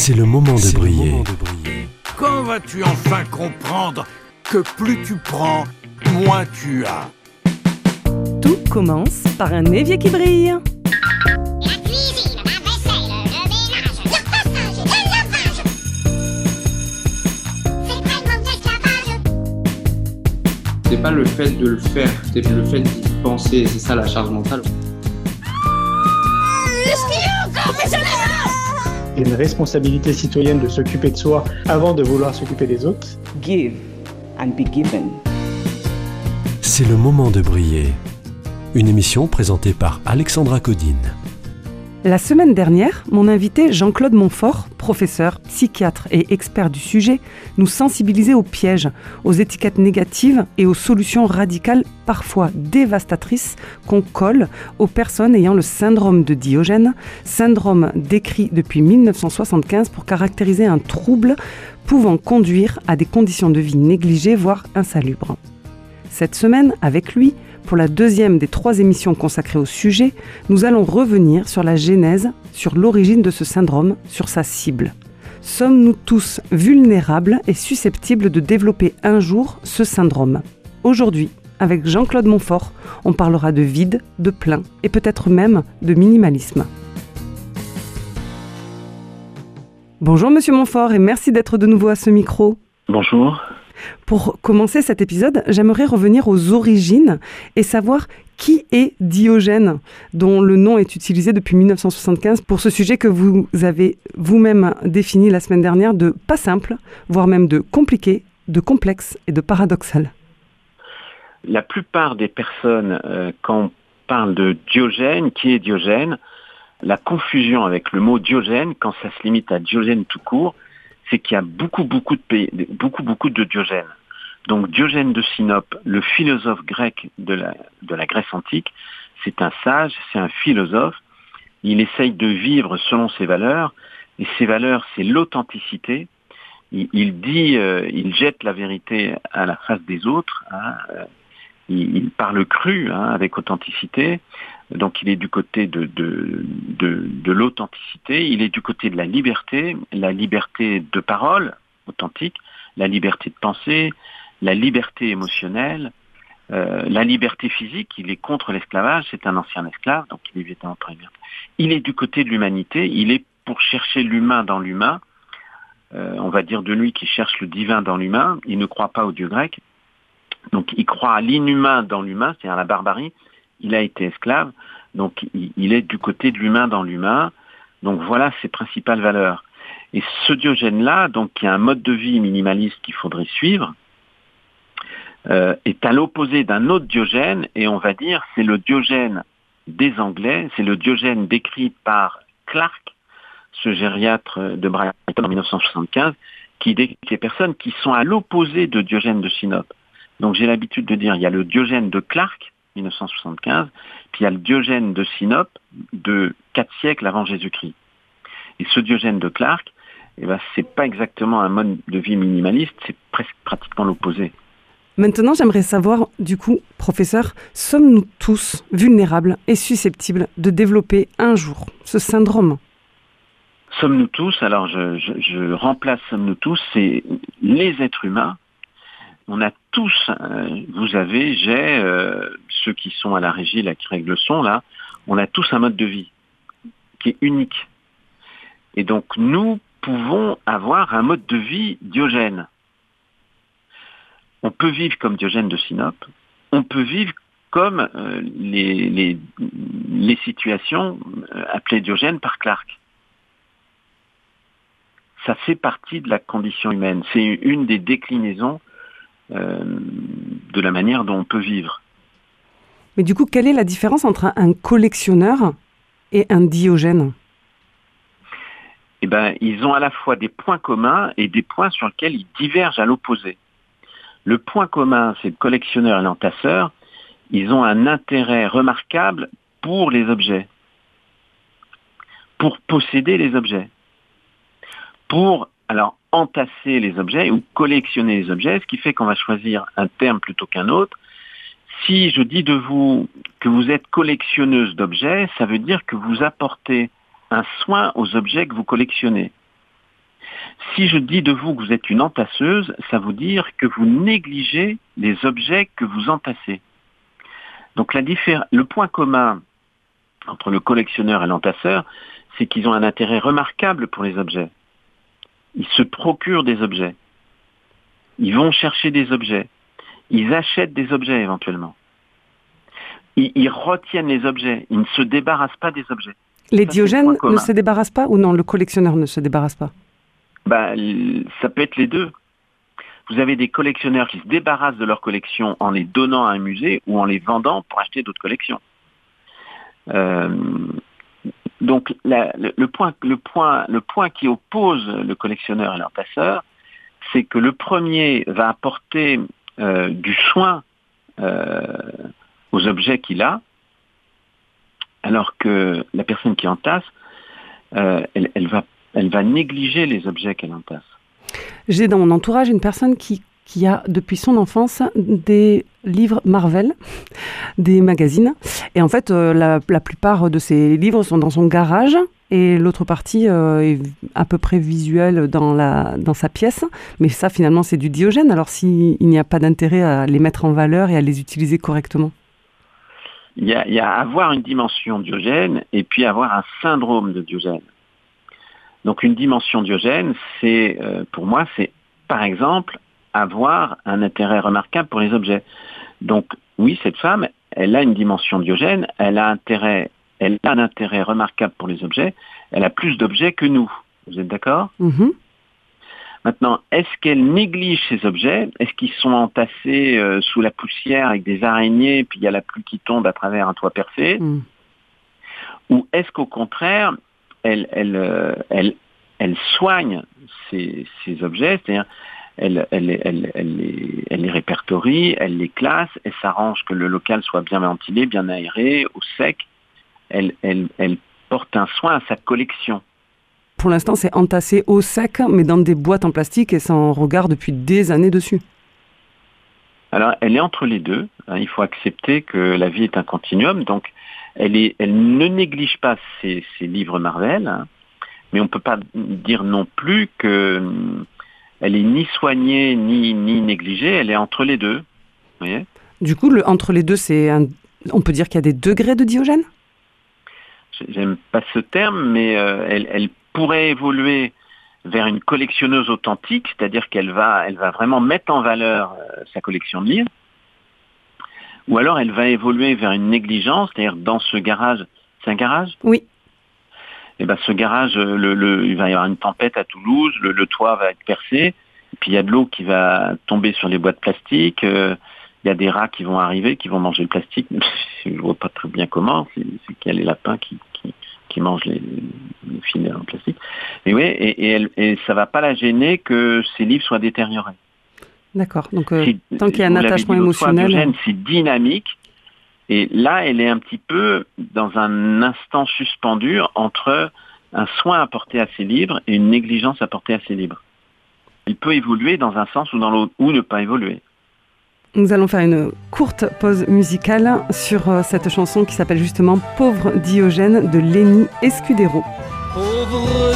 C'est le moment de briller. Quand vas-tu enfin comprendre que plus tu prends, moins tu as? Tout commence par un évier qui brille. La cuisine, la vaisselle, le ménage, le repassage, le lavage. C'est vraiment de l'esclavage. C'est pas le fait de le faire, c'est le fait d'y penser, c'est ça la charge mentale. Il y a une responsabilité citoyenne de s'occuper de soi avant de vouloir s'occuper des autres. Give and be given. C'est le moment de briller. Une émission présentée par Alexandra Codine. La semaine dernière, mon invité Jean-Claude Montfort, professeur, psychiatre et expert du sujet, nous sensibilisait aux pièges, aux étiquettes négatives et aux solutions radicales, parfois dévastatrices, qu'on colle aux personnes ayant le syndrome de Diogène, syndrome décrit depuis 1975 pour caractériser un trouble pouvant conduire à des conditions de vie négligées, voire insalubres. Cette semaine, avec lui, pour la deuxième des 3 émissions consacrées au sujet, nous allons revenir sur la genèse, sur l'origine de ce syndrome, sur sa cible. Sommes-nous tous vulnérables et susceptibles de développer un jour ce syndrome ? Aujourd'hui, avec Jean-Claude Montfort, on parlera de vide, de plein et peut-être même de minimalisme. Bonjour Monsieur Montfort et merci d'être de nouveau à ce micro. Bonjour. Pour commencer cet épisode, j'aimerais revenir aux origines et savoir qui est Diogène, dont le nom est utilisé depuis 1975 pour ce sujet que vous avez vous-même défini la semaine dernière de pas simple, voire même de compliqué, de complexe et de paradoxal. La plupart des personnes, quand on parle de Diogène, qui est Diogène, la confusion avec le mot Diogène, quand ça se limite à Diogène tout court, c'est qu'il y a beaucoup de Diogène. Donc Diogène de Sinope, le philosophe grec de la Grèce antique, c'est un sage, c'est un philosophe. Il essaye de vivre selon ses valeurs, et ses valeurs, c'est l'authenticité. Il jette la vérité à la face des autres. Il parle cru, avec authenticité. Donc il est du côté de l'authenticité, il est du côté de la liberté de parole authentique, la liberté de penser, la liberté émotionnelle, la liberté physique. Il est contre l'esclavage, c'est un ancien esclave, donc il est évidemment très bien. Il est du côté de l'humanité, il est pour chercher l'humain dans l'humain, on va dire de lui qui cherche le divin dans l'humain. Il ne croit pas au Dieu grec, donc il croit à l'inhumain dans l'humain, c'est-à-dire à la barbarie. Il a été esclave, donc il est du côté de l'humain dans l'humain. Donc voilà ses principales valeurs. Et ce Diogène-là, donc qui a un mode de vie minimaliste qu'il faudrait suivre, est à l'opposé d'un autre Diogène, et on va dire c'est le Diogène des Anglais, c'est le Diogène décrit par Clarke, ce gériatre de Brighton en 1975, qui décrit les personnes qui sont à l'opposé de Diogène de Sinope. Donc j'ai l'habitude de dire il y a le Diogène de Clarke, 1975, puis il y a le Diogène de Sinope de 4 siècles avant Jésus-Christ. Et ce Diogène de Clarke, c'est pas exactement un mode de vie minimaliste, c'est pratiquement l'opposé. Maintenant, j'aimerais savoir, du coup, professeur, sommes-nous tous vulnérables et susceptibles de développer un jour ce syndrome ? Sommes-nous tous, alors je remplace sommes-nous tous, c'est les êtres humains. On a tous, ceux qui sont à la régie, là, qui règlent le son, là, on a tous un mode de vie qui est unique. Et donc, nous pouvons avoir un mode de vie Diogène. On peut vivre comme Diogène de Sinope, on peut vivre comme les situations appelées Diogène par Clarke. Ça fait partie de la condition humaine. C'est une des déclinaisons de la manière dont on peut vivre. Mais du coup, quelle est la différence entre un collectionneur et un Diogène ? Ils ont à la fois des points communs et des points sur lesquels ils divergent à l'opposé. Le point commun, c'est le collectionneur et l'entasseur. Ils ont un intérêt remarquable pour les objets, pour posséder les objets, pour entasser les objets ou collectionner les objets, ce qui fait qu'on va choisir un terme plutôt qu'un autre. Si je dis de vous que vous êtes collectionneuse d'objets, ça veut dire que vous apportez un soin aux objets que vous collectionnez. Si je dis de vous que vous êtes une entasseuse, ça veut dire que vous négligez les objets que vous entassez. Donc le point commun entre le collectionneur et l'entasseur, c'est qu'ils ont un intérêt remarquable pour les objets. Ils se procurent des objets. Ils vont chercher des objets. Ils achètent des objets éventuellement. Ils retiennent les objets. Ils ne se débarrassent pas des objets. Les Diogènes ne se débarrassent pas ou non, le collectionneur ne se débarrasse pas? Ça peut être les deux. Vous avez des collectionneurs qui se débarrassent de leur collection en les donnant à un musée ou en les vendant pour acheter d'autres collections. Donc le point qui oppose le collectionneur et l'entasseur, c'est que le premier va apporter du soin aux objets qu'il a, alors que la personne qui entasse, elle va négliger les objets qu'elle entasse. J'ai dans mon entourage une personne qui a depuis son enfance des livres Marvel, des magazines. Et en fait, la plupart de ces livres sont dans son garage et l'autre partie est à peu près visuelle dans sa pièce. Mais ça, finalement, c'est du Diogène. Alors, s'il n'y a pas d'intérêt à les mettre en valeur et à les utiliser correctement? Il y a avoir une dimension Diogène et puis avoir un syndrome de Diogène. Donc, une dimension Diogène, pour moi, c'est, par exemple, avoir un intérêt remarquable pour les objets. Donc, oui, cette femme, elle a une dimension Diogène, elle a un intérêt remarquable pour les objets, elle a plus d'objets que nous. Vous êtes d'accord? Mm-hmm. Maintenant, est-ce qu'elle néglige ces objets? Est-ce qu'ils sont entassés sous la poussière avec des araignées, puis il y a la pluie qui tombe à travers un toit percé? Ou est-ce qu'au contraire, elle soigne ces objets, c'est-à-dire elle les répertorie, elle les classe, elle s'arrange que le local soit bien ventilé, bien aéré, au sec. Elle porte un soin à sa collection. Pour l'instant, c'est entassé au sec, mais dans des boîtes en plastique, et ça en regarde depuis des années dessus. Alors, elle est entre les deux. Il faut accepter que la vie est un continuum. Donc, elle ne néglige pas ses livres Marvel, mais on ne peut pas dire non plus qu'elle est ni soignée ni négligée. Elle est entre les deux. Vous voyez ? Du coup, entre les deux, on peut dire qu'il y a des degrés de Diogène ? J'aime pas ce terme, mais elle pourrait évoluer vers une collectionneuse authentique, c'est-à-dire qu'elle va vraiment mettre en valeur sa collection de livres. Ou alors elle va évoluer vers une négligence, c'est-à-dire dans ce garage. C'est un garage ? Oui. Et ce garage, il va y avoir une tempête à Toulouse, le toit va être percé, et puis il y a de l'eau qui va tomber sur les boîtes plastiques, il y a des rats qui vont arriver, qui vont manger le plastique, même si je ne vois pas très bien comment, c'est qu'il y a les lapins qui mangent les filets en plastique. Mais oui, et ça ne va pas la gêner que ces livres soient détériorés. D'accord, donc tant qu'il y a un attachement émotionnel... Diogène, c'est dynamique, et là, elle est un petit peu dans un instant suspendu entre un soin apporté à ses livres et une négligence apportée à ses livres. Il peut évoluer dans un sens ou dans l'autre, ou ne pas évoluer. Nous allons faire une courte pause musicale sur cette chanson qui s'appelle justement « Pauvre Diogène » de Lenny Escudero. Pauvre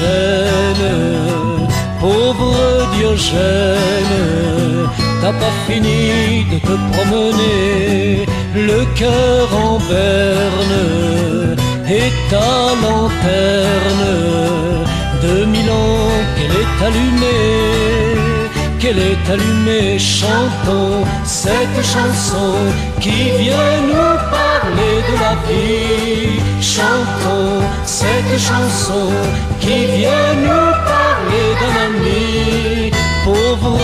Diogène, t'as pas fini de te promener, le cœur en berne et ta lanterne, 2000 ans qu'elle est allumée, chantons cette chanson qui vient nous parler de la vie. Chantons cette chanson qui vient nous parler d'un ami. Pauvre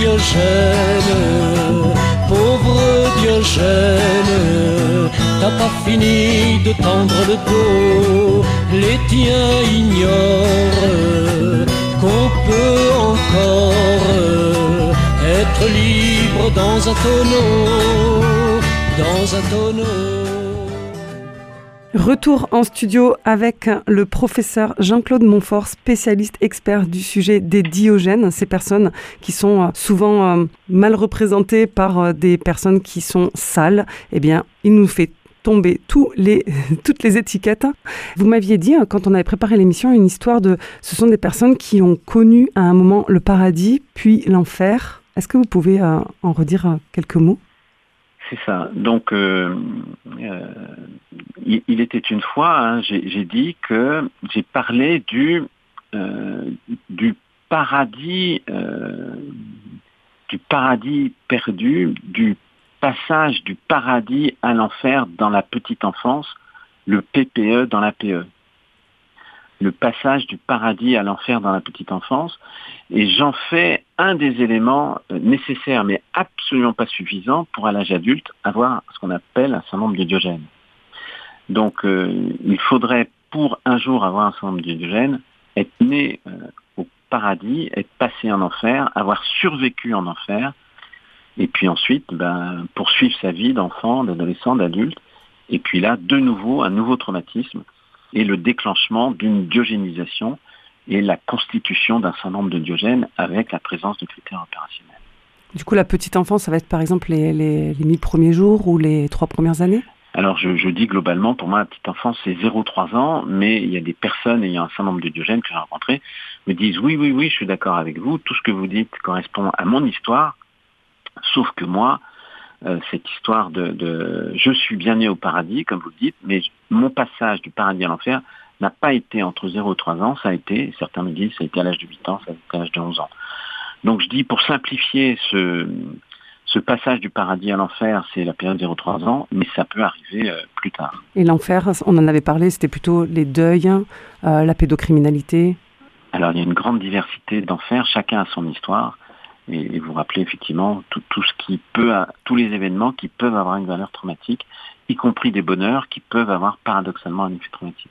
Diogène, t'as pas fini de tendre le dos, les tiens ignorent qu'on peut encore être libre dans un tonneau. Retour en studio avec le professeur Jean-Claude Montfort, spécialiste expert du sujet des Diogènes, ces personnes qui sont souvent mal représentées par des personnes qui sont sales. Eh bien, il nous fait tomber toutes les étiquettes. Vous m'aviez dit, quand on avait préparé l'émission, une histoire ce sont des personnes qui ont connu à un moment le paradis, puis l'enfer. Est-ce que vous pouvez en redire quelques mots ? C'est ça. Donc, il était une fois, j'ai dit que j'ai parlé du paradis perdu, du passage du paradis à l'enfer dans la petite enfance, le PPE dans la PE. Le passage du paradis à l'enfer dans la petite enfance. Et j'en fais un des éléments nécessaires, mais absolument pas suffisants pour à l'âge adulte avoir ce qu'on appelle un syndrome de Diogène. Donc il faudrait pour un jour avoir un syndrome de Diogène être né au paradis, être passé en enfer, avoir survécu en enfer, et puis ensuite poursuivre sa vie d'enfant, d'adolescent, d'adulte, et puis là de nouveau un nouveau traumatisme et le déclenchement d'une diogénisation et la constitution d'un syndrome de Diogène avec la présence de critères opérationnels. Du coup, la petite enfance, ça va être par exemple les 1000 premiers jours ou les 3 premières années ? Alors je dis globalement, pour moi la petite enfance c'est 0-3 ans, mais il y a des personnes ayant un syndrome de Diogène que j'ai rencontrées me disent oui, je suis d'accord avec vous, tout ce que vous dites correspond à mon histoire, sauf que moi, cette histoire de je suis bien né au paradis, comme vous le dites, mais mon passage du paradis à l'enfer n'a pas été entre 0 et 3 ans, ça a été, certains me disent, ça a été à l'âge de 8 ans, ça a été à l'âge de 11 ans. Donc je dis, pour simplifier ce passage du paradis à l'enfer, c'est la période 0-3 ans, mais ça peut arriver plus tard. Et l'enfer, on en avait parlé, c'était plutôt les deuils, la pédocriminalité. Alors il y a une grande diversité d'enfers, chacun a son histoire. Et vous rappelez effectivement tout ce qui tous les événements qui peuvent avoir une valeur traumatique, y compris des bonheurs qui peuvent avoir paradoxalement un effet traumatique.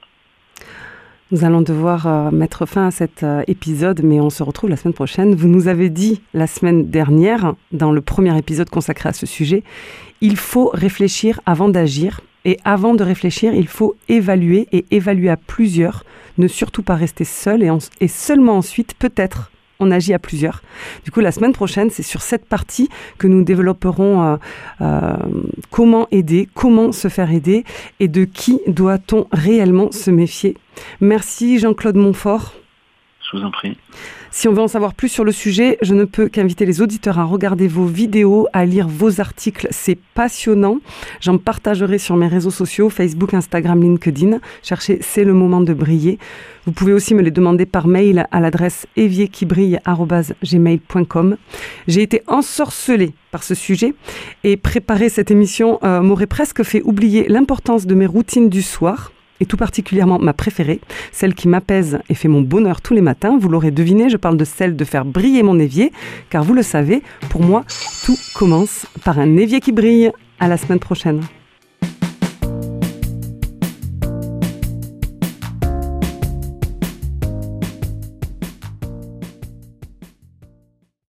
Nous allons devoir mettre fin à cet épisode, mais on se retrouve la semaine prochaine. Vous nous avez dit la semaine dernière, dans le premier épisode consacré à ce sujet, il faut réfléchir avant d'agir. Et avant de réfléchir, il faut évaluer et évaluer à plusieurs. Ne surtout pas rester seul et seulement ensuite, peut-être, on agit à plusieurs. Du coup, la semaine prochaine, c'est sur cette partie que nous développerons comment aider, comment se faire aider et de qui doit-on réellement se méfier. Merci Jean-Claude Montfort. Je vous en prie. Si on veut en savoir plus sur le sujet, je ne peux qu'inviter les auditeurs à regarder vos vidéos, à lire vos articles. C'est passionnant. J'en partagerai sur mes réseaux sociaux, Facebook, Instagram, LinkedIn. Cherchez « C'est le moment de briller ». Vous pouvez aussi me les demander par mail à l'adresse évierquibrille@gmail.com. J'ai été ensorcelée par ce sujet et préparer cette émission m'aurait presque fait oublier l'importance de mes routines du soir. Et tout particulièrement ma préférée, celle qui m'apaise et fait mon bonheur tous les matins. Vous l'aurez deviné, je parle de celle de faire briller mon évier, car vous le savez, pour moi, tout commence par un évier qui brille. À la semaine prochaine.